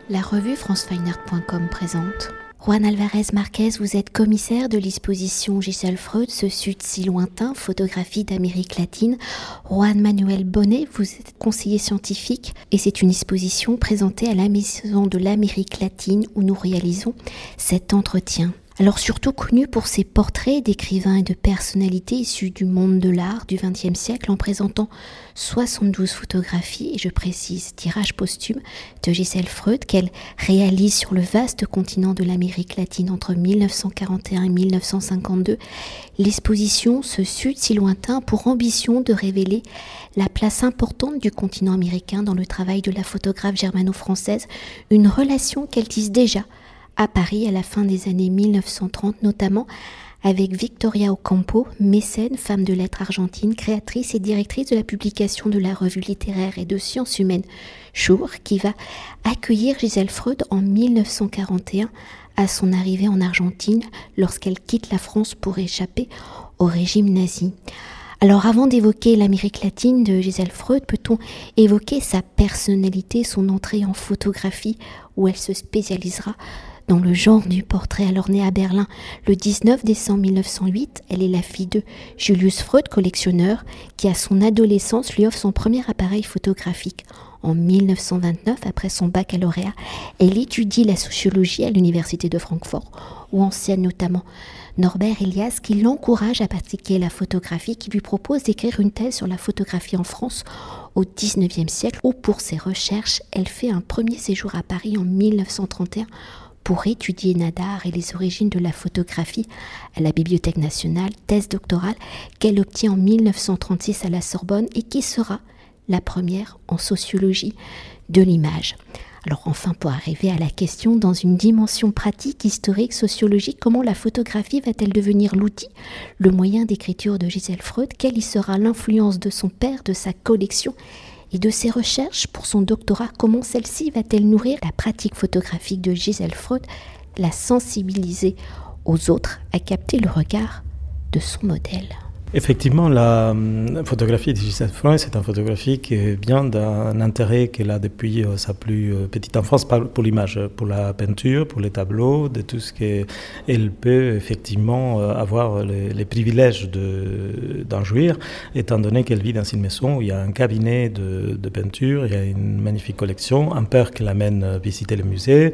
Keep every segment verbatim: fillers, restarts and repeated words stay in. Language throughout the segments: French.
La revue france fine art point com présente. Juan Alvarez Marquez, vous êtes commissaire de l'exposition Gisèle Freud, ce sud si lointain, photographie d'Amérique latine. Juan Manuel Bonnet, vous êtes conseiller scientifique et c'est une exposition présentée à la Maison de l'Amérique latine où nous réalisons cet entretien. Alors surtout connu pour ses portraits d'écrivains et de personnalités issus du monde de l'art du vingtième siècle en présentant soixante-douze photographies, et je précise tirage posthume, de Gisèle Freud qu'elle réalise sur le vaste continent de l'Amérique latine entre mille neuf cent quarante et un et mille neuf cent cinquante-deux. L'exposition Ce Sud si lointain pour ambition de révéler la place importante du continent américain dans le travail de la photographe germano-française, une relation qu'elle tisse déjà à Paris à la fin des années mille neuf cent trente, notamment avec Victoria Ocampo, mécène, femme de lettres argentine, créatrice et directrice de la publication de la revue littéraire et de sciences humaines Jour, qui va accueillir Gisèle Freud en mille neuf cent quarante et un à son arrivée en Argentine lorsqu'elle quitte la France pour échapper au régime nazi. Alors avant d'évoquer l'Amérique latine de Gisèle Freud, peut-on évoquer sa personnalité, son entrée en photographie où elle se spécialisera dans le genre du portrait. Alors née à Berlin le dix-neuf décembre mille neuf cent huit, elle est la fille de Julius Freud, collectionneur, qui à son adolescence lui offre son premier appareil photographique. En mille neuf cent vingt-neuf, après son baccalauréat, elle étudie la sociologie à l'université de Francfort, où enseigne notamment Norbert Elias, qui l'encourage à pratiquer la photographie, qui lui propose d'écrire une thèse sur la photographie en France au dix-neuvième siècle, où pour ses recherches, elle fait un premier séjour à Paris en mille neuf cent trente et un pour étudier Nadar et les origines de la photographie à la Bibliothèque nationale, thèse doctorale qu'elle obtient en mille neuf cent trente-six à la Sorbonne et qui sera la première en sociologie de l'image. Alors enfin, pour arriver à la question, dans une dimension pratique, historique, sociologique, comment la photographie va-t-elle devenir l'outil, le moyen d'écriture de Gisèle Freud? Quelle y sera l'influence de son père, de sa collection et de ses recherches pour son doctorat? Comment celle-ci va-t-elle nourrir la pratique photographique de Gisèle Freud, la sensibiliser aux autres, à capter le regard de son modèle? Effectivement, la photographie de Gisèle Freud, c'est une photographie qui vient d'un intérêt qu'elle a depuis sa plus petite enfance pour l'image, pour la peinture, pour les tableaux, de tout ce qu'elle peut effectivement avoir les, les privilèges de, d'en jouir, étant donné qu'elle vit dans une maison où il y a un cabinet de, de peinture, il y a une magnifique collection, un père qui l'amène visiter le musée,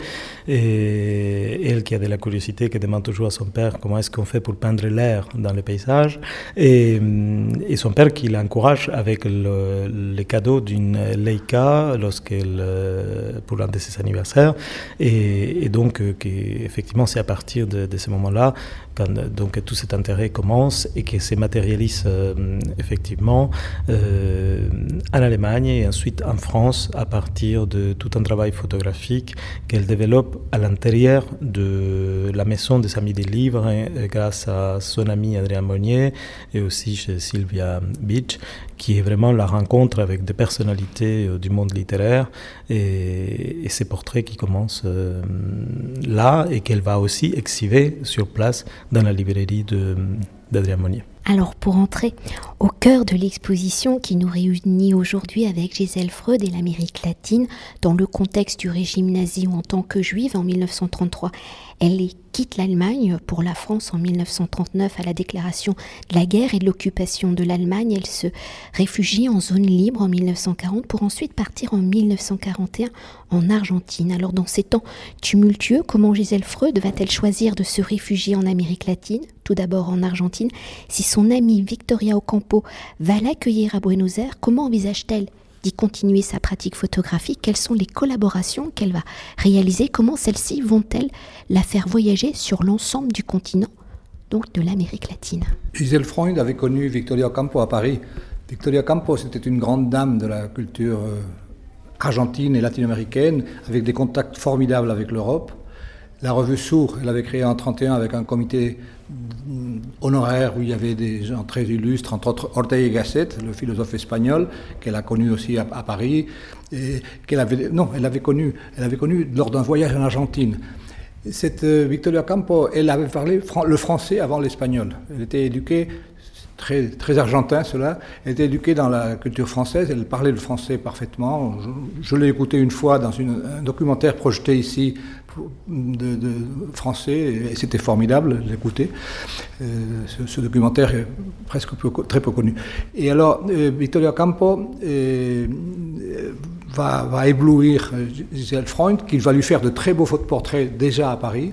et elle qui a de la curiosité, qui demande toujours à son père comment est-ce qu'on fait pour peindre l'air dans les paysages. Et, et son père qui l'encourage avec le, le cadeau d'une Leica lorsqu'elle, pour l'un de ses anniversaires. Et, et donc, qui, effectivement, c'est à partir de, de ce moment-là quand donc, tout cet intérêt commence et que se matérialise euh, effectivement euh, en Allemagne et ensuite en France à partir de tout un travail photographique qu'elle développe à l'intérieur de la maison des Amis des Livres hein, grâce à son ami Adrien Monnier et aussi chez Sylvia Beach, qui est vraiment la rencontre avec des personnalités euh, du monde littéraire et, et ces portraits qui commencent euh, là et qu'elle va aussi exhiber sur place dans la librairie de, d'Adrien Monnier. Alors pour entrer au cœur de l'exposition qui nous réunit aujourd'hui avec Gisèle Freud et l'Amérique latine, dans le contexte du régime nazi ou en tant que juive en mille neuf cent trente-trois, elle quitte l'Allemagne pour la France en mille neuf cent trente-neuf à la déclaration de la guerre et de l'occupation de l'Allemagne. Elle se réfugie en zone libre en mille neuf cent quarante pour ensuite partir en mille neuf cent quarante et un en Argentine. Alors dans ces temps tumultueux, comment Gisèle Freud va-t-elle choisir de se réfugier en Amérique latine, tout d'abord en Argentine? Si son amie Victoria Ocampo va l'accueillir à Buenos Aires, comment envisage-t-elle d'y continuer sa pratique photographique? Quelles sont les collaborations qu'elle va réaliser? Comment celles-ci vont-elles la faire voyager sur l'ensemble du continent, donc de l'Amérique latine? Gisèle Freud avait connu Victoria Ocampo à Paris. Victoria Ocampo, c'était une grande dame de la culture argentine et latino-américaine, avec des contacts formidables avec l'Europe. La revue Sourd, elle avait créé en trente et un avec un comité honoraire où il y avait des gens très illustres, entre autres Ortega y Gasset, le philosophe espagnol, qu'elle a connu aussi à, à Paris, et qu'elle avait, non, elle avait connu, elle avait connu lors d'un voyage en Argentine. Cette euh, Victoria Ocampo, elle avait parlé fran- le français avant l'espagnol. Elle était éduquée très, très argentin, cela. Elle était éduquée dans la culture française, elle parlait le français parfaitement. Je, je l'ai écoutée une fois dans une, un documentaire projeté ici de, de français, et c'était formidable de l'écouter. Euh, ce, ce documentaire est presque peu, très peu connu. Et alors, euh, Victoria Ocampo euh, va, va éblouir Gisèle Freund, qui va lui faire de très beaux portraits déjà à Paris.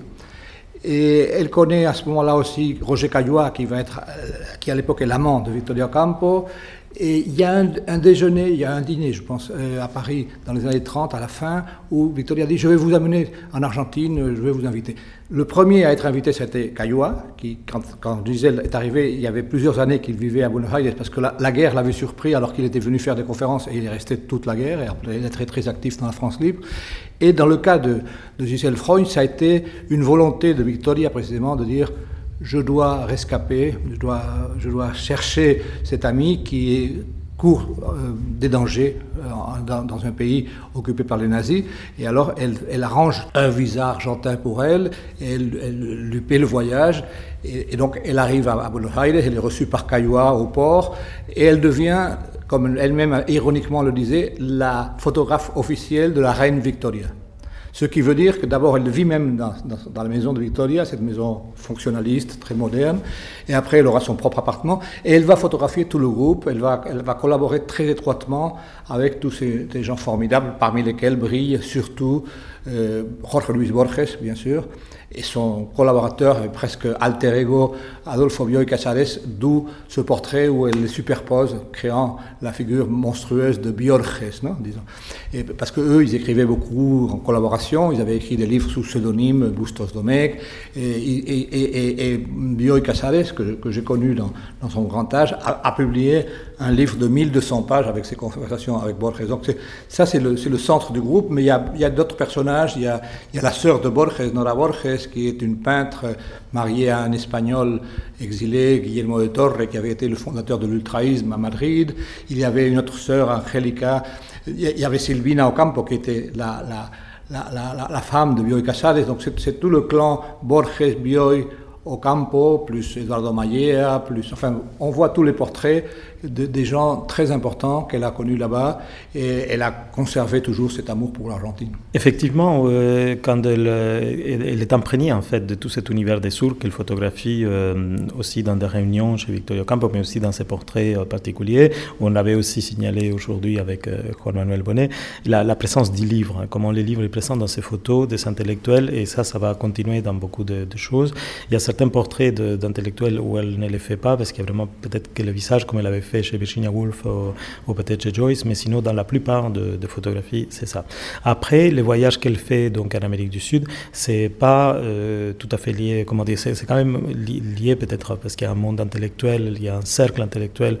Et elle connaît à ce moment-là aussi Roger Caillois, qui va être, qui à l'époque est l'amant de Victoria Ocampo. Et il y a un, un déjeuner, il y a un dîner, je pense, euh, à Paris, dans les années trente, à la fin, où Victoria dit « Je vais vous amener en Argentine, je vais vous inviter ». Le premier à être invité, c'était Caillois, qui, quand, quand Gisèle est arrivé, il y avait plusieurs années qu'il vivait à Buenos Aires, parce que la, la guerre l'avait surpris alors qu'il était venu faire des conférences, et il est resté toute la guerre, et après, il est très, très actif dans la France libre. Et dans le cas de, de Gisèle Freund, ça a été une volonté de Victoria, précisément, de dire « Je dois rescaper, je dois, je dois chercher cet ami qui est, court euh, des dangers euh, dans, dans un pays occupé par les nazis. » Et alors, elle, elle arrange un visa argentin pour elle, et elle, elle lui paie le voyage. Et, et donc, elle arrive à, à Buenos Aires, elle est reçue par Caillois au port, et elle devient, comme elle-même ironiquement le disait, la photographe officielle de la reine Victoria. Ce qui veut dire que d'abord, elle vit même dans, dans, dans la maison de Victoria, cette maison fonctionnaliste, très moderne, et après, elle aura son propre appartement, et elle va photographier tout le groupe, elle va, elle va collaborer très étroitement avec tous ces, ces gens formidables, parmi lesquels brille surtout euh, Jorge Luis Borges, bien sûr, et son collaborateur, presque alter ego, Adolfo Bioy Casares, d'où ce portrait où elle les superpose, créant la figure monstrueuse de Borges, non, disons. Et parce qu'eux, ils écrivaient beaucoup en collaboration, ils avaient écrit des livres sous pseudonyme, Bustos Domecq, et, et, et, et, et Bioy Casares, que, que j'ai connu dans, dans son grand âge, a, a publié un livre de mille deux cents pages avec ses conversations avec Borges. Donc c'est, ça, c'est le, c'est le centre du groupe, mais il y a, il y a d'autres personnages. Il y a, il y a la sœur de Borges, Nora Borges, qui est une peintre mariée à un Espagnol exilé, Guillermo de Torre, qui avait été le fondateur de l'ultraïsme à Madrid. Il y avait une autre sœur, Angélica. Il y avait Silvina Ocampo, qui était la, la, la, la, la, la femme de Bioy Casares. Donc c'est, c'est tout le clan Borges, Bioy, Ocampo, plus Eduardo Mallea, plus, enfin, on voit tous les portraits de, des gens très importants qu'elle a connus là-bas, et elle a conservé toujours cet amour pour l'Argentine. Effectivement, euh, quand elle, elle, elle est imprégnée en fait de tout cet univers des sourds qu'elle photographie euh, aussi dans des réunions chez Victoria Ocampo, mais aussi dans ses portraits euh, particuliers, où on l'avait aussi signalé aujourd'hui avec euh, Juan Manuel Bonet, la, la présence du livre, hein, comment les livres sont présents dans ses photos, des intellectuels, et ça, ça va continuer dans beaucoup de, de choses. Il y a certains portraits de, d'intellectuels où elle ne les fait pas, parce qu'il y a vraiment peut-être que le visage, comme elle avait fait chez Virginia Woolf ou, ou peut-être chez Joyce, mais sinon dans la plupart de, de photographies, c'est ça. Après, les voyages qu'elle fait donc en Amérique du Sud, c'est pas euh, tout à fait lié, comment dire, c'est, c'est quand même lié peut-être parce qu'il y a un monde intellectuel, il y a un cercle intellectuel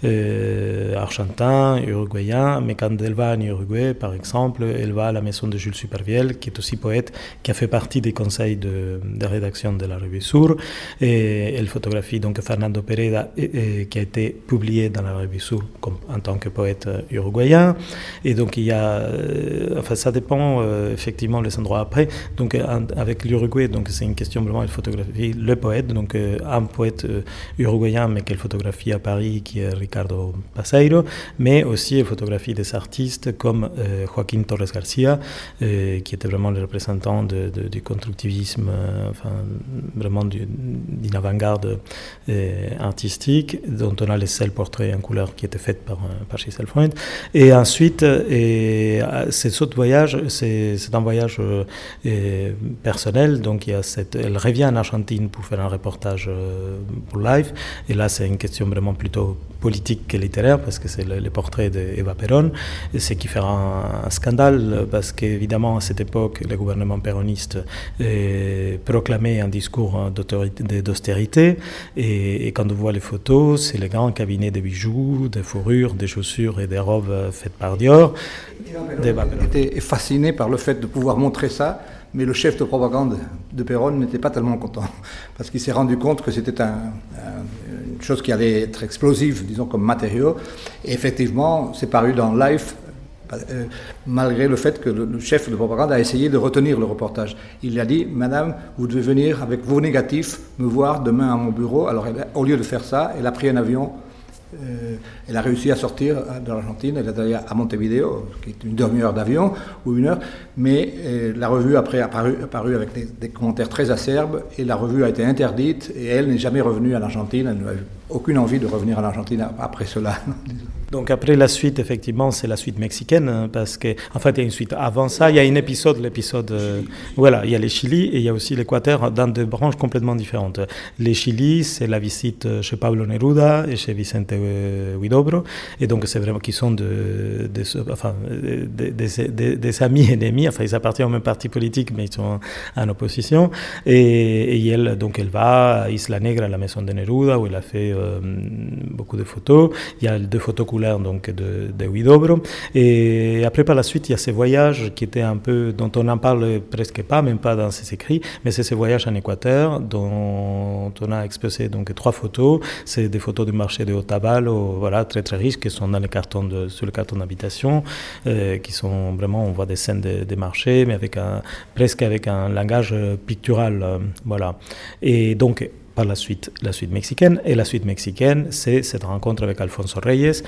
euh, argentin, uruguayen, mais quand elle va en Uruguay, par exemple, elle va à la maison de Jules Supervielle, qui est aussi poète, qui a fait partie des conseils de, de rédaction de la revue Sur, et elle photographie donc Fernando Pereda, et, et, qui a été publié dans la revue Sur comme, en tant que poète uruguayen. Et donc il y a, euh, enfin ça dépend euh, effectivement les endroits après. Donc en, avec l'Uruguay, donc c'est une question vraiment, elle photographie le poète, donc euh, un poète euh, uruguayen mais qu'elle photographie à Paris, qui est Ricardo Paseiro, mais aussi elle photographie des artistes comme euh, Joaquín Torres Garcia, euh, qui était vraiment le représentant de, de, du constructivisme, euh, enfin vraiment du, d'une avant-garde euh, artistique, dont on a les seuls portraits en couleur qui étaient faits par, par Gisèle Freund. Et ensuite, et, ces autres voyages, c'est, c'est un voyage euh, personnel, donc il y a cette, elle revient en Argentine pour faire un reportage euh, pour Life, et là c'est une question vraiment plutôt politique que littéraire, parce que c'est le, le portrait d'Eva Perón, et ce qui fera un, un scandale, parce qu'évidemment à cette époque, le gouvernement péroniste euh, proclamait un discours d'austérité, et, et quand on voit les photos, c'est le grand cabinet de bijoux, de fourrures, des chaussures et des robes faites par Dior. Il était fasciné par le fait de pouvoir montrer ça, mais le chef de propagande de Perón n'était pas tellement content, parce qu'il s'est rendu compte que c'était un, un, une chose qui allait être explosive, disons, comme matériau. Et effectivement, c'est paru dans Life euh, malgré le fait que le, le chef de propagande a essayé de retenir le reportage. Il a dit, Madame, vous devez venir avec vos négatifs me voir demain à mon bureau. Alors, elle, au lieu de faire ça, elle a pris un avion. Euh, elle a réussi à sortir de l'Argentine, elle est allée à Montevideo, qui est une demi-heure d'avion ou une heure, mais euh, la revue après a apparu, apparu avec des, des commentaires très acerbes et la revue a été interdite et elle n'est jamais revenue à l'Argentine, elle n'a eu aucune envie de revenir à l'Argentine après cela. Donc après la suite, effectivement, c'est la suite mexicaine, parce qu'en en fait, il y a une suite. Avant ça, il y a un épisode, l'épisode... Euh, voilà, il y a les Chili et il y a aussi l'Équateur dans deux branches complètement différentes. Les Chili, c'est la visite chez Pablo Neruda et chez Vicente Huidobro, et donc c'est vraiment qu'ils sont de, de, enfin, des de, de, de, amis ennemis, enfin ils appartiennent au même parti politique, mais ils sont en opposition, et, et elle, donc elle va à Isla Negra, à la maison de Neruda, où elle a fait euh, beaucoup de photos. Il y a deux photos donc de, de Huidobro, et après par la suite il y a ces voyages qui étaient un peu, dont on n'en parle presque pas, même pas dans ses écrits, mais c'est ces voyages en Équateur dont on a exposé donc trois photos. C'est des photos du marché de Otavalo, voilà, très très riches, qui sont dans les cartons de, sur le carton d'habitation, euh, qui sont vraiment, on voit des scènes des de marchés, mais avec un, presque avec un langage pictural, euh, voilà. Et donc par la suite, la suite mexicaine. Et la suite mexicaine, c'est cette rencontre avec Alfonso Reyes,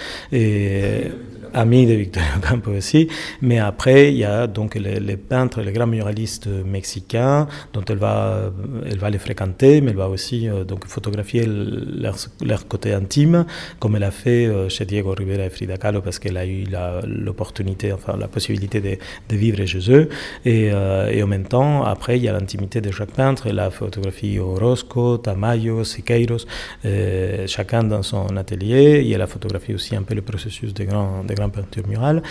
et, ami de Victoria Ocampo aussi. Mais après, il y a donc les, les peintres, les grands muralistes mexicains, dont elle va, elle va les fréquenter, mais elle va aussi euh, donc photographier leur, leur côté intime, comme elle a fait euh, chez Diego Rivera et Frida Kahlo, parce qu'elle a eu la, l'opportunité, enfin la possibilité de, de vivre chez eux. Et, euh, et en même temps, après, il y a l'intimité de chaque peintre. Elle a photographié Orozco, Tamayo, Siqueiros, euh, chacun dans son atelier. Et elle a photographié aussi un peu le processus des grands, des grandes peintures murales.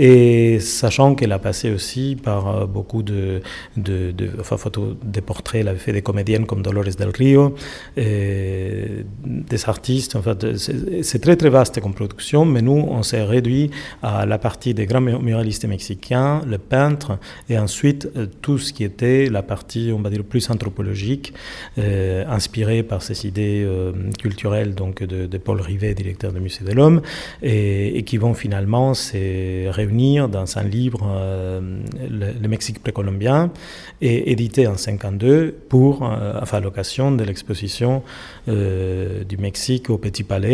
Et sachant qu'elle a passé aussi par beaucoup de, de, de enfin, photos, des portraits. Elle avait fait des comédiennes comme Dolores del Rio, et des artistes. Enfin, c'est, c'est très très vaste comme production, mais nous, on s'est réduit à la partie des grands muralistes mexicains, le peintre, et ensuite tout ce qui était la partie, on va dire, plus anthropologique, euh, inspirée par ces idées euh, culturelles donc de, de Paul Rivet, directeur du Musée de l'Homme, et, et qui vont finalement se réunir dans un livre, euh, le, le Mexique précolombien, et édité en cinquante-deux pour, euh, enfin, à l'occasion de l'exposition euh, du Mexique au Petit Palais.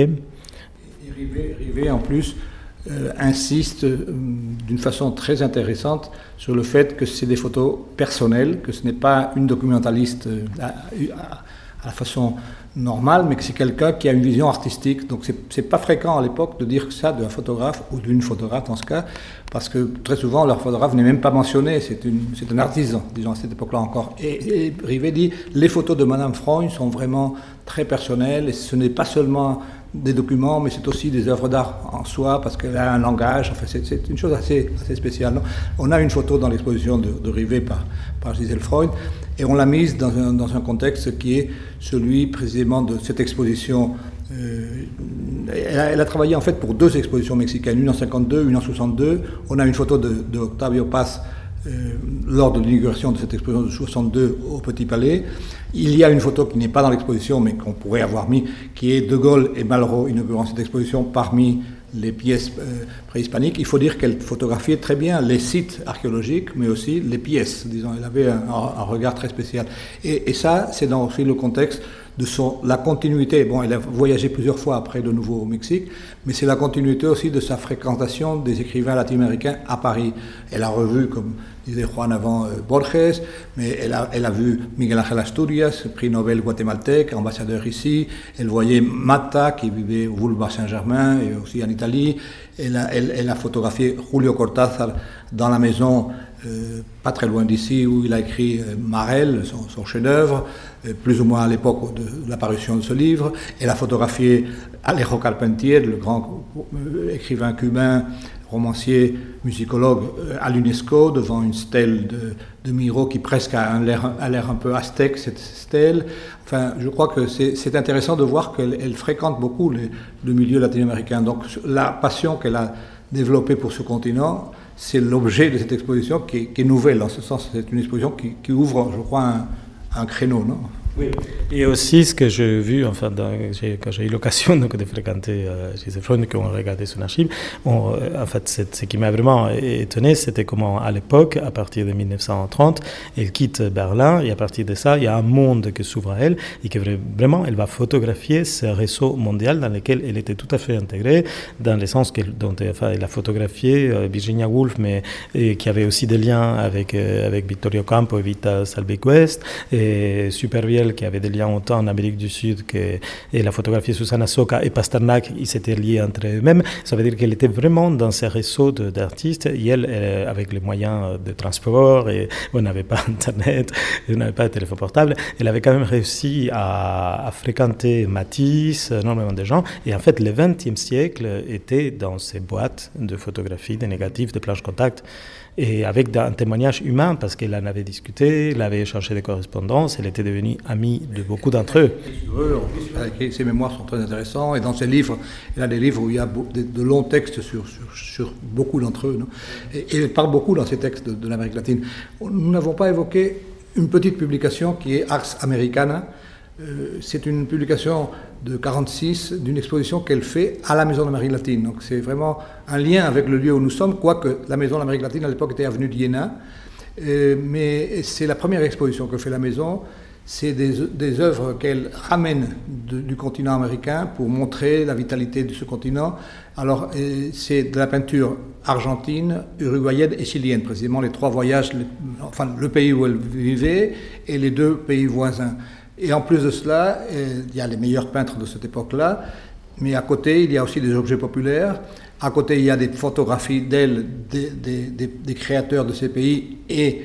Et Rivet, Rivet en plus, Euh, insiste euh, d'une façon très intéressante sur le fait que c'est des photos personnelles, que ce n'est pas une documentaliste euh, à, à, à la façon normale, mais que c'est quelqu'un qui a une vision artistique. Donc c'est, c'est pas fréquent à l'époque de dire ça d'un photographe ou d'une photographe en ce cas, parce que très souvent leur photographe n'est même pas mentionné, c'est, une, c'est un artisan, disons à cette époque-là encore. Et, et Rivet dit, les photos de Madame Freund sont vraiment très personnelles, et ce n'est pas seulement des documents, mais c'est aussi des œuvres d'art en soi, parce qu'elle a un langage, enfin c'est, c'est une chose assez, assez spéciale. Non, on a une photo dans l'exposition de, de Rivet par, par Gisèle Freund, et on l'a mise dans un, dans un contexte qui est celui précisément de cette exposition. Euh, elle, a, elle a travaillé en fait pour deux expositions mexicaines, une en cinquante-deux, une en soixante-deux. On a une photo de, de Octavio Paz Euh, lors de l'inauguration de cette exposition de soixante-deux au Petit Palais. Il y a une photo qui n'est pas dans l'exposition, mais qu'on pourrait avoir mis, qui est De Gaulle et Malraux inaugurant cette exposition parmi les pièces euh, préhispaniques. Il faut dire qu'elle photographiait très bien les sites archéologiques, mais aussi les pièces, disons. Elle avait un, un regard très spécial. Et, et ça, c'est dans aussi le contexte de son, la continuité. Bon, elle a voyagé plusieurs fois après de nouveau au Mexique, mais c'est la continuité aussi de sa fréquentation des écrivains latino-américains à Paris. Elle a revu, comme disait Juan avant, euh, Borges, mais elle a, elle a vu Miguel Ángel Asturias, prix Nobel guatémaltèque, ambassadeur ici. Elle voyait Matta, qui vivait au boulevard Saint-Germain et aussi en Italie. Elle a, elle, elle a photographié Julio Cortázar dans la maison, euh, pas très loin d'ici, où il a écrit euh, Marel, son, son chef-d'œuvre, euh, plus ou moins à l'époque de l'apparition de ce livre. Elle a photographié Alejo Carpentier, le grand euh, écrivain cubain, romancier, musicologue, euh, à l'UNESCO, devant une stèle de, de Miro qui presque a, un l'air, a l'air un peu aztèque, cette stèle. Enfin, je crois que c'est, c'est intéressant de voir qu'elle elle fréquente beaucoup les, le milieu latino-américain. Donc la passion qu'elle a développée pour ce continent, c'est l'objet de cette exposition qui est, qui est nouvelle. En ce sens, c'est une exposition qui, qui ouvre, je crois, un, un créneau, non ? Oui. Et aussi, ce que j'ai vu, enfin, dans, j'ai, quand j'ai eu l'occasion donc, de fréquenter euh, Gisèle Freud, qu'on regardait son archive, on, en fait, ce qui m'a vraiment étonné, c'était comment, à l'époque, à partir de dix-neuf cent trente, elle quitte Berlin, et à partir de ça, il y a un monde qui s'ouvre à elle, et que vraiment, elle va photographier ce réseau mondial dans lequel elle était tout à fait intégrée, dans le sens qu'elle, dont, enfin, elle a photographié euh, Virginia Woolf, mais et, qui avait aussi des liens avec, euh, avec Vittorio Campo et Vita Salbeck-West, et Supervielle, qui avait des liens autant en Amérique du Sud que et la photographie Susanna Socca et Pasternak, ils s'étaient liés entre eux-mêmes. Ça veut dire qu'elle était vraiment dans ces réseaux de, d'artistes, et elle, elle, avec les moyens de transport, et on n'avait pas Internet, on n'avait pas de téléphone portable, elle avait quand même réussi à, à fréquenter Matisse, énormément de gens, et en fait, le vingtième siècle était dans ces boîtes de photographie, de négatifs, de planches contact, et avec un témoignage humain, parce qu'elle en avait discuté, elle avait échangé des correspondances, elle était devenue amie de beaucoup d'entre eux. Ses mémoires sont très intéressants, et dans ses livres, il y a des livres où il y a de, de longs textes sur, sur, sur beaucoup d'entre eux. Non et, et elle parle beaucoup dans ses textes de, de l'Amérique latine. Nous n'avons pas évoqué une petite publication qui est Ars Americana. Euh, c'est une publication de mille neuf cent quarante-six d'une exposition qu'elle fait à la Maison d'Amérique latine. Donc c'est vraiment un lien avec le lieu où nous sommes, quoique la Maison d'Amérique latine à l'époque était avenue d'Iéna. Euh, mais c'est la première exposition que fait la Maison. C'est des, des œuvres qu'elle ramène de, du continent américain pour montrer la vitalité de ce continent. Alors euh, c'est de la peinture argentine, uruguayenne et chilienne, précisément les trois voyages, les, enfin le pays où elle vivait et les deux pays voisins. Et en plus de cela, il y a les meilleurs peintres de cette époque-là, mais à côté, il y a aussi des objets populaires. À côté, il y a des photographies d'elle, des, des, des, des créateurs de ces pays et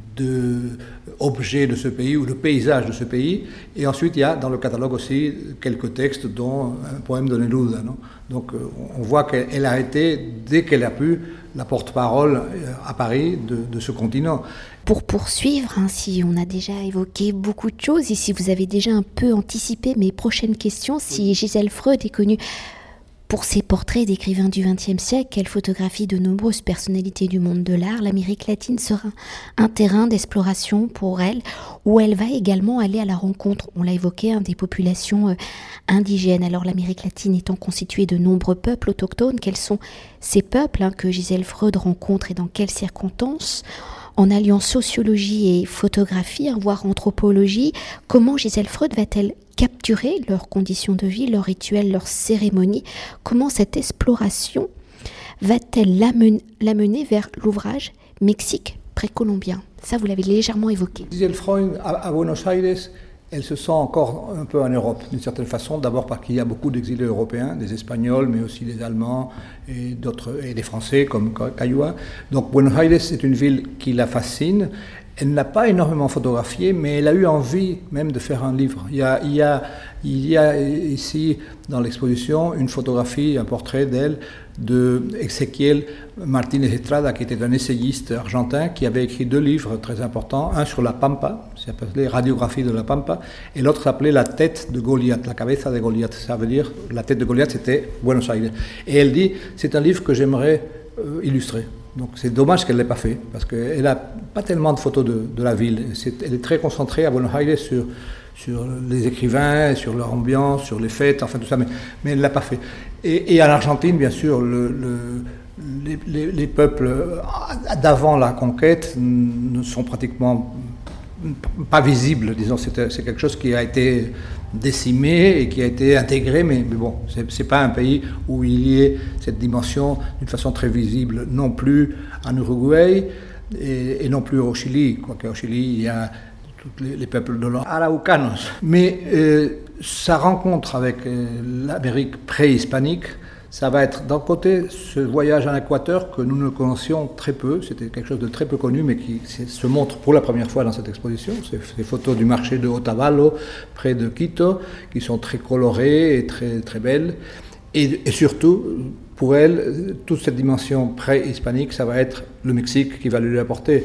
d'objets de ce pays ou de paysages de ce pays. Et ensuite, il y a dans le catalogue aussi quelques textes, dont un poème de Neruda. Non Donc, on voit qu'elle a été, dès qu'elle a pu, la porte-parole à Paris de, de ce continent. Pour poursuivre, hein, si on a déjà évoqué beaucoup de choses et si vous avez déjà un peu anticipé mes prochaines questions, si Gisèle Freud est connue pour ses portraits d'écrivains du vingtième siècle, qu'elle photographie de nombreuses personnalités du monde de l'art, l'Amérique latine sera un terrain d'exploration pour elle, où elle va également aller à la rencontre, on l'a évoqué, hein, des populations euh, indigènes. Alors l'Amérique latine étant constituée de nombreux peuples autochtones, quels sont ces peuples hein, que Gisèle Freud rencontre et dans quelles circonstances ? En alliant sociologie et photographie, voire anthropologie, comment Gisèle Freud va-t-elle capturer leurs conditions de vie, leurs rituels, leurs cérémonies? Comment cette exploration va-t-elle l'amener, l'amener vers l'ouvrage Mexique précolombien? Ça, vous l'avez légèrement évoqué. Gisèle Freud, à, à Buenos Aires, elle se sent encore un peu en Europe, d'une certaine façon, d'abord parce qu'il y a beaucoup d'exilés européens, des Espagnols, mais aussi des Allemands et, d'autres, et des Français comme Cailloua. Donc Buenos Aires, c'est une ville qui la fascine. Elle n'a pas énormément photographié, mais elle a eu envie même de faire un livre. Il y a, il y a, il y a ici, dans l'exposition, une photographie, un portrait d'elle, de Ezequiel Martínez Estrada, qui était un essayiste argentin, qui avait écrit deux livres très importants, un sur la Pampa, ça s'appelait Radiographie de la Pampa, et l'autre s'appelait La tête de Goliath, la cabeza de Goliath. Ça veut dire, la tête de Goliath, c'était Buenos Aires. Et elle dit, c'est un livre que j'aimerais euh, illustrer. Donc c'est dommage qu'elle ne l'ait pas fait, parce qu'elle n'a pas tellement de photos de, de la ville. C'est, elle est très concentrée à Buenos Aires sur, sur les écrivains, sur leur ambiance, sur les fêtes, enfin tout ça, mais, mais elle ne l'a pas fait. Et, et en Argentine, bien sûr, le, le, les, les, les peuples d'avant la conquête ne sont pratiquement pas visibles, disons. C'est, c'est quelque chose qui a été décimé et qui a été intégré, mais, mais bon, c'est, c'est pas un pays où il y ait cette dimension d'une façon très visible, non plus en Uruguay et, et non plus au Chili, quoique au Chili il y a tous les, les peuples de l'Araucanos. Mais euh, sa rencontre avec euh, l'Amérique pré-hispanique, ça va être d'un côté ce voyage en Équateur que nous ne connaissions très peu, c'était quelque chose de très peu connu, mais qui se montre pour la première fois dans cette exposition. Ces, ces photos du marché de Otavalo, près de Quito, qui sont très colorées et très, très belles. Et, et surtout, pour elle, toute cette dimension pré-hispanique, ça va être le Mexique qui va lui apporter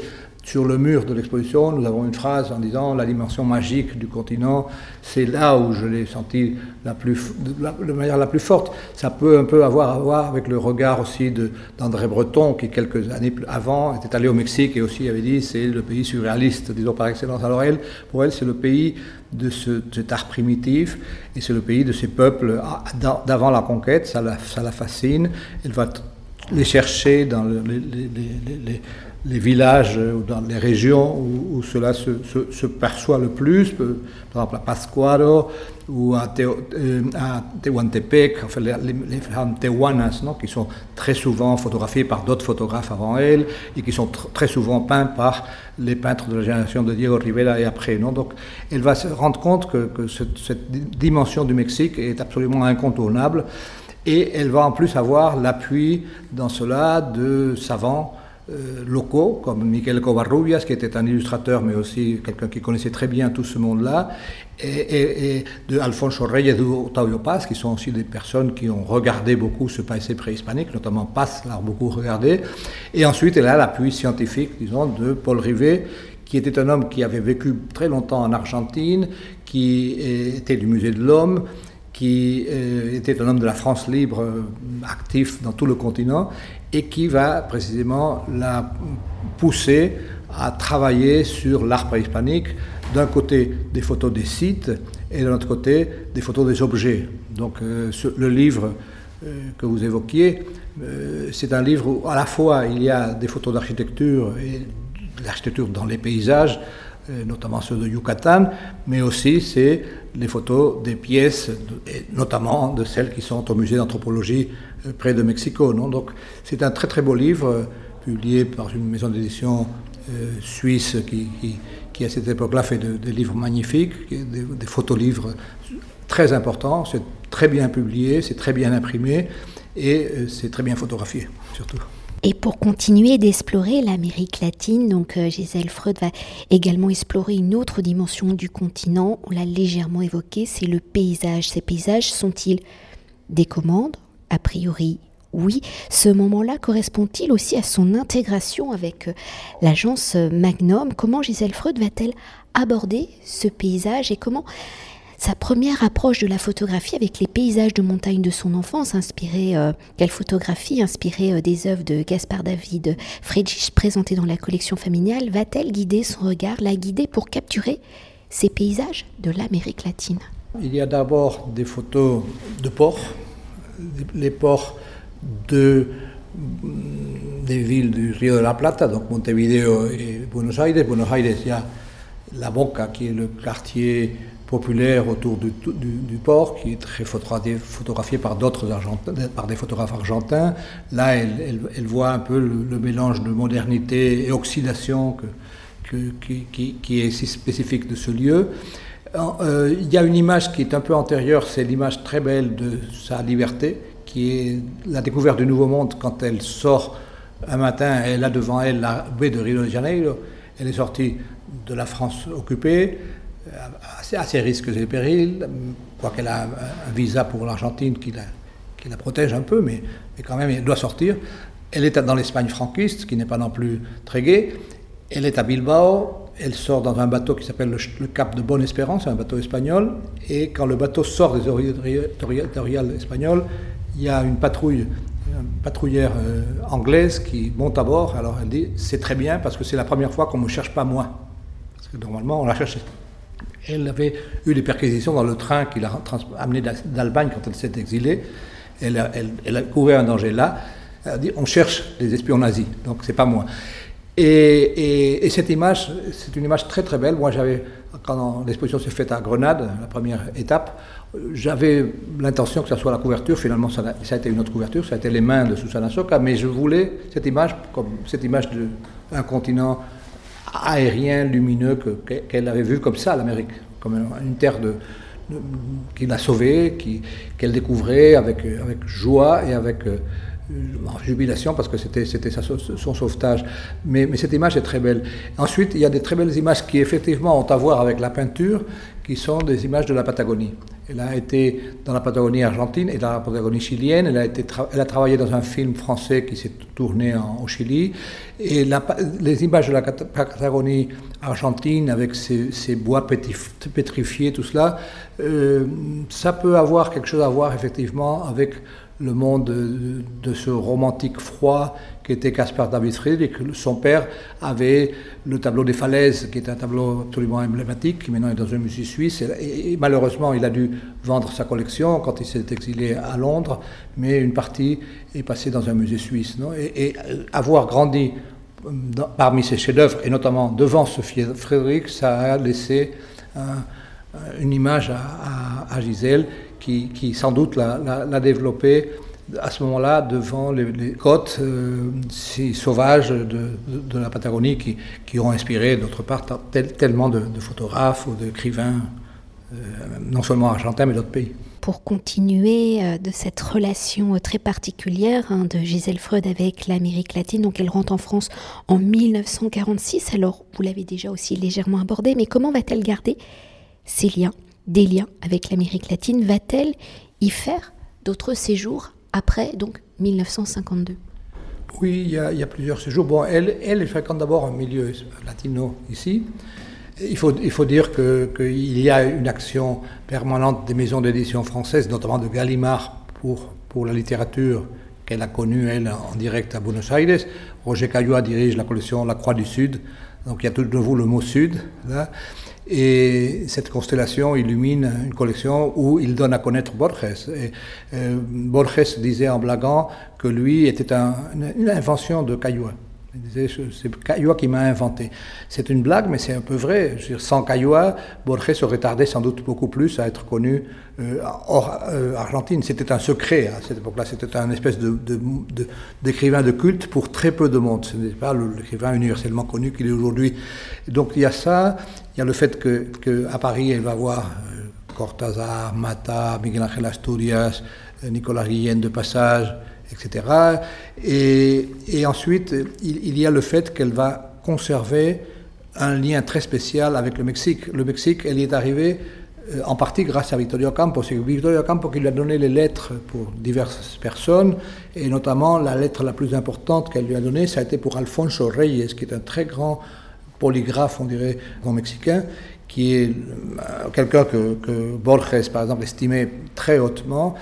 sur le mur de l'exposition, nous avons une phrase en disant « La dimension magique du continent, c'est là où je l'ai senti la plus, de, la, de manière la plus forte. » Ça peut un peu avoir à voir avec le regard aussi de, d'André Breton, qui quelques années avant était allé au Mexique et aussi avait dit « C'est le pays surréaliste, disons par excellence. » Alors elle, pour elle, c'est le pays de ce, cet art primitif et c'est le pays de ces peuples d'avant la conquête, ça la, ça la fascine. Elle va les chercher dans le, les, les, les, les les villages ou dans les régions où, où cela se, se, se perçoit le plus, par exemple à Pascuaro ou à, Teo, euh, à Tehuantepec, enfin les, les femmes tehuanas, non, qui sont très souvent photographiées par d'autres photographes avant elles et qui sont tr- très souvent peints par les peintres de la génération de Diego Rivera et après. Non. Donc elle va se rendre compte que, que cette, cette dimension du Mexique est absolument incontournable et elle va en plus avoir l'appui dans cela de savants Euh, locaux, comme Miguel Covarrubias, qui était un illustrateur, mais aussi quelqu'un qui connaissait très bien tout ce monde-là, et, et, et de Alfonso Reyes et d'Octavio Paz, qui sont aussi des personnes qui ont regardé beaucoup ce passé préhispanique, notamment Paz l'a beaucoup regardé. Et ensuite, elle a l'appui scientifique, disons, de Paul Rivet, qui était un homme qui avait vécu très longtemps en Argentine, qui était du Musée de l'Homme, qui euh, était un homme de la France libre, euh, actif dans tout le continent, et qui va précisément la pousser à travailler sur l'art préhispanique, d'un côté des photos des sites, et de l'autre côté des photos des objets. Donc euh, ce, le livre euh, que vous évoquiez, euh, c'est un livre où à la fois il y a des photos d'architecture, et de l'architecture dans les paysages, notamment ceux de Yucatan, mais aussi c'est les photos des pièces, et notamment de celles qui sont au musée d'anthropologie près de Mexico. Non. Donc c'est un très très beau livre, publié par une maison d'édition euh, suisse qui, qui, qui à cette époque-là fait de, des livres magnifiques, des, des photolivres très importants, c'est très bien publié, c'est très bien imprimé et euh, c'est très bien photographié surtout. Et pour continuer d'explorer l'Amérique latine, donc euh, Gisèle Freud va également explorer une autre dimension du continent, on l'a légèrement évoqué, c'est le paysage. Ces paysages sont-ils des commandes ? A priori, oui. Ce moment-là correspond-il aussi à son intégration avec euh, l'agence Magnum ? Comment Gisèle Freud va-t-elle aborder ce paysage et comment sa première approche de la photographie avec les paysages de montagne de son enfance, inspirée, euh, quelle photographie inspirée euh, des œuvres de Gaspard David Friedrich présentées dans la collection familiale, va-t-elle guider son regard, la guider pour capturer ces paysages de l'Amérique latine ? Il y a d'abord des photos de ports, les ports de, des villes du Rio de la Plata, donc Montevideo et Buenos Aires. Buenos Aires, il y a La Boca, qui est le quartier populaire autour du, du, du port, qui est très photographié, photographié par d'autres Argentins, par des photographes argentins. Là, elle, elle, elle voit un peu le, le mélange de modernité et oxydation que, que, qui, qui, qui est si spécifique de ce lieu. Euh, il y a une image qui est un peu antérieure, c'est l'image très belle de sa liberté, qui est la découverte du Nouveau Monde quand elle sort un matin, elle a devant elle la baie de Rio de Janeiro. Elle est sortie de la France occupée, à ses risques et périls, quoiqu'elle a un visa pour l'Argentine qui la, qui la protège un peu, mais, mais quand même elle doit sortir. Elle est dans l'Espagne franquiste, qui n'est pas non plus très gaie. Elle est à Bilbao, elle sort dans un bateau qui s'appelle le, le Cap de Bonne-Espérance, un bateau espagnol, et quand le bateau sort des eaux territoriales espagnoles, il y a une patrouille, une patrouillère euh, anglaise qui monte à bord. Alors elle dit, c'est très bien parce que c'est la première fois qu'on ne me cherche pas moi. Parce que normalement on la cherchait. Elle avait eu des perquisitions dans le train qui l'a trans- amenée d'Allemagne quand elle s'est exilée. Elle a, elle, elle a couvert un danger là. Elle a dit, on cherche des espions nazis, donc c'est pas moi. Et, et, et cette image, c'est une image très très belle. Moi, j'avais, quand l'exposition s'est faite à Grenade, la première étape, j'avais l'intention que ça soit la couverture. Finalement, ça a, ça a été une autre couverture, ça a été les mains de Susana Soca, mais je voulais cette image, comme cette image d'un continent aérien, lumineux, que, qu'elle avait vu comme ça, l'Amérique, comme une terre de, de, qui l'a sauvée, qui, qu'elle découvrait avec, avec joie et avec euh, jubilation, parce que c'était, c'était sa, son sauvetage. Mais, mais cette image est très belle. Ensuite, il y a des très belles images qui, effectivement, ont à voir avec la peinture, qui sont des images de la Patagonie. Elle a été dans la Patagonie argentine et dans la Patagonie chilienne. Elle a, été tra- elle a travaillé dans un film français qui s'est tourné en, au Chili. Et la, les images de la Patagonie argentine avec ses, ses bois pétrifiés, tout cela, euh, ça peut avoir quelque chose à voir effectivement avec le monde de, de ce romantique froid qu'était Caspar David Friedrich. Son père avait le tableau des falaises, qui est un tableau absolument emblématique, qui maintenant est dans un musée suisse. Et, et malheureusement, il a dû vendre sa collection quand il s'est exilé à Londres, mais une partie est passée dans un musée suisse. Non et, et avoir grandi dans, parmi ses chefs-d'œuvre, et notamment devant ce Friedrich, ça a laissé un, une image à, à, à Gisèle qui, qui sans doute l'a, l'a, l'a développée à ce moment-là devant les, les côtes euh, si sauvages de, de, de la Patagonie qui, qui ont inspiré d'autre part tel, tellement de, de photographes ou d'écrivains, euh, non seulement argentins mais d'autres pays. Pour continuer euh, de cette relation euh, très particulière hein, de Gisèle Freud avec l'Amérique latine, donc elle rentre en France en mille neuf cent quarante-six, alors vous l'avez déjà aussi légèrement abordé, mais comment va-t-elle garder ces liens, des liens avec l'Amérique latine? Va-t-elle y faire d'autres séjours après donc mille neuf cent cinquante-deux? Oui, il y a, il y a plusieurs séjours. Bon, elle, elle, elle fréquente d'abord un milieu latino ici. Il faut, il faut dire que, qu'il y a une action permanente des maisons d'édition françaises, notamment de Gallimard pour, pour la littérature qu'elle a connue, elle, en direct à Buenos Aires. Roger Caillois dirige la collection La Croix du Sud, donc il y a tout de nouveau le mot Sud, là. Et cette constellation illumine une collection où il donne à connaître Borges. Et, euh, Borges disait en blaguant que lui était un, une, une invention de Caillois. Il disait, c'est Caillois qui m'a inventé. C'est une blague, mais c'est un peu vrai. Je veux dire, sans Caillois, Borges aurait tardé sans doute beaucoup plus à être connu euh, hors euh, Argentine. C'était un secret à cette époque-là. C'était un espèce de, de, de, d'écrivain de culte pour très peu de monde. Ce n'est pas l'écrivain universellement connu qu'il est aujourd'hui. Donc il y a ça. Il y a le fait que, qu'à Paris, elle va voir euh, Cortázar, Mata, Miguel Ángel Asturias, euh, Nicolas Guillen de passage, et cetera. Et, et ensuite, il, il y a le fait qu'elle va conserver un lien très spécial avec le Mexique. Le Mexique, elle y est arrivée euh, en partie grâce à Victorio Campos. C'est Victorio Campos qui lui a donné les lettres pour diverses personnes, et notamment la lettre la plus importante qu'elle lui a donnée, ça a été pour Alfonso Reyes, qui est un très grand polygraphe, on dirait, grand mexicain, qui est quelqu'un que, que Borges, par exemple, estimait très hautement.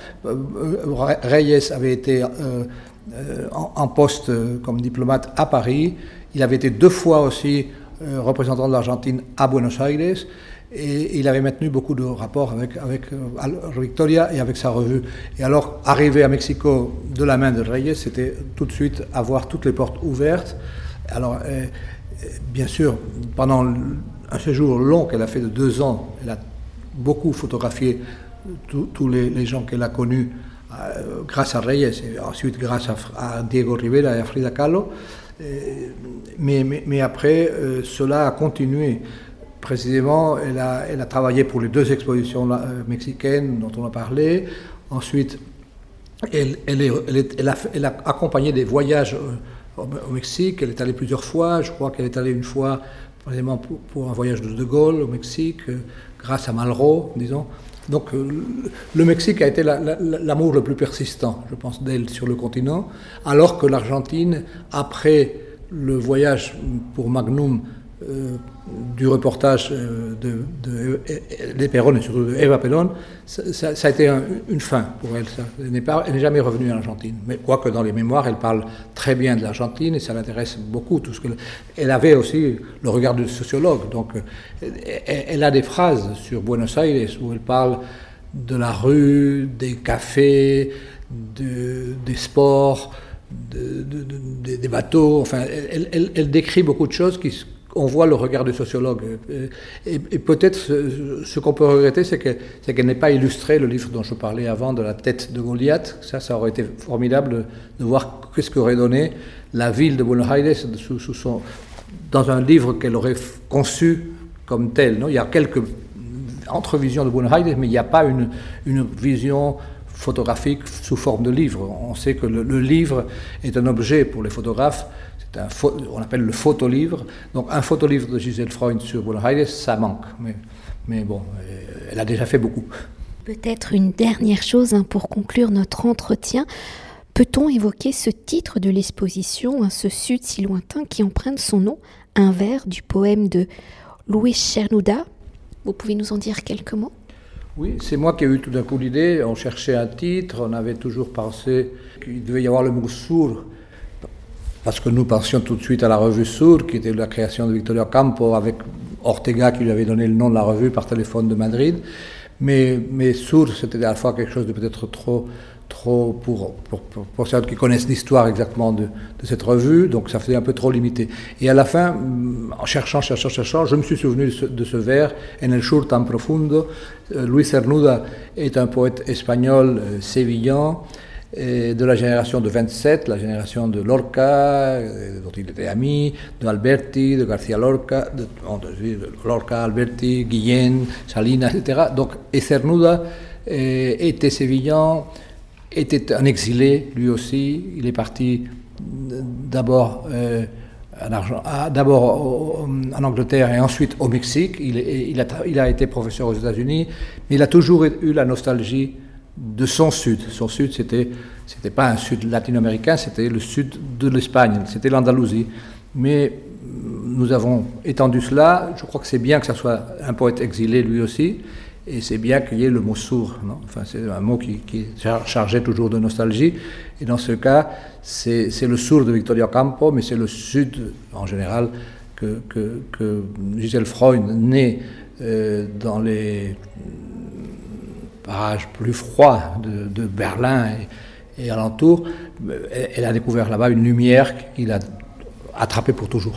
Reyes avait été euh, euh, en, en poste comme diplomate à Paris. Il avait été deux fois aussi euh, représentant de l'Argentine à Buenos Aires. Et il avait maintenu beaucoup de rapports avec, avec euh, Victoria et avec sa revue. Et alors, arriver à Mexico de la main de Reyes, c'était tout de suite avoir toutes les portes ouvertes. Alors, euh, bien sûr, pendant un séjour long qu'elle a fait de deux ans, elle a beaucoup photographié tous les, les gens qu'elle a connus euh, grâce à Reyes et ensuite grâce à, à Diego Rivera et à Frida Kahlo. Et, mais, mais, mais après, euh, cela a continué. Précisément, elle a, elle a travaillé pour les deux expositions euh, mexicaines dont on a parlé. Ensuite, elle, elle, est, elle, est, elle, a, elle a accompagné des voyages euh, au Mexique. Elle est allée plusieurs fois. Je crois qu'elle est allée une fois, précisément pour, pour un voyage de De Gaulle au Mexique, euh, grâce à Malraux, disons. Donc, euh, le Mexique a été la, la, l'amour le plus persistant, je pense, d'elle sur le continent, alors que l'Argentine, après le voyage pour Magnum euh, du reportage euh, de, de, de, de Perón et surtout de Eva Perón, ça, ça, ça a été un, une fin pour elle. Ça. Elle, n'est pas, elle n'est jamais revenue en Argentine. Mais quoique dans les mémoires, elle parle très bien de l'Argentine et ça l'intéresse beaucoup. Tout ce que, elle avait aussi le regard du sociologue. Donc, elle, elle a des phrases sur Buenos Aires où elle parle de la rue, des cafés, de, des sports, de, de, de, des bateaux. Enfin, elle, elle, elle décrit beaucoup de choses qui on voit le regard du sociologue. Et, et peut-être ce, ce qu'on peut regretter, c'est, que, c'est qu'elle n'ait pas illustré le livre dont je parlais avant, de la tête de Goliath. Ça, ça aurait été formidable de, de voir qu'est-ce qu'aurait donné la ville de Buenos Aires sous, sous son, dans un livre qu'elle aurait conçu comme tel. Non, il y a quelques entrevisions de Buenos Aires, mais il n'y a pas une, une vision photographique sous forme de livre. On sait que le, le livre est un objet pour les photographes. Un, on appelle le photolivre. Donc un photolivre de Gisèle Freud sur Buenos Aires, ça manque. Mais, mais bon, elle a déjà fait beaucoup. Peut-être une dernière chose hein, pour conclure notre entretien. Peut-on évoquer ce titre de l'exposition, hein, ce sud si lointain qui emprunte son nom, un vers du poème de Luis Cernuda? Vous pouvez nous en dire quelques mots? Oui, c'est moi qui ai eu tout d'un coup l'idée. On cherchait un titre, on avait toujours pensé qu'il devait y avoir le mot sourd, parce que nous pensions tout de suite à la revue Sourd, qui était la création de Victoria Campo, avec Ortega qui lui avait donné le nom de la revue par téléphone de Madrid. Mais, mais Sourd, c'était à la fois quelque chose de peut-être trop, trop pour, pour, pour, pour ceux qui connaissent l'histoire exactement de, de cette revue, donc ça faisait un peu trop limité. Et à la fin, en cherchant, cherchant, cherchant, je me suis souvenu de ce, de ce vers, En el sur tan profundo. Luis Cernuda est un poète espagnol euh, sévillan, de la génération de vingt-sept, la génération de Lorca, dont il était ami, de Alberti, de García Lorca, de, de Lorca, Alberti, Guillén, Salinas, et cetera. Donc, et Cernuda euh, était sévillan, était un exilé lui aussi. Il est parti d'abord, euh, en, Argent, d'abord en Angleterre et ensuite au Mexique. Il, il, a, il a été professeur aux États-Unis, mais il a toujours eu la nostalgie de son sud. Son sud, c'était, c'était pas un sud latino-américain, c'était le sud de l'Espagne, c'était l'Andalousie. Mais nous avons étendu cela. Je crois que c'est bien que ça soit un poète exilé lui aussi, et c'est bien qu'il y ait le mot sourd. Non, enfin, c'est un mot qui, qui est chargé toujours de nostalgie. Et dans ce cas, c'est, c'est le sourd de Victoria Campo, mais c'est le sud en général que, que, que Gisèle Freund, née euh, dans les parages plus froids de, de Berlin et, et alentour, elle, elle a découvert là-bas une lumière qu'il a attrapée pour toujours.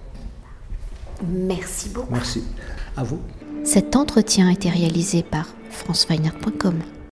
Merci beaucoup. Merci. À vous. Cet entretien a été réalisé par franceweiner point com.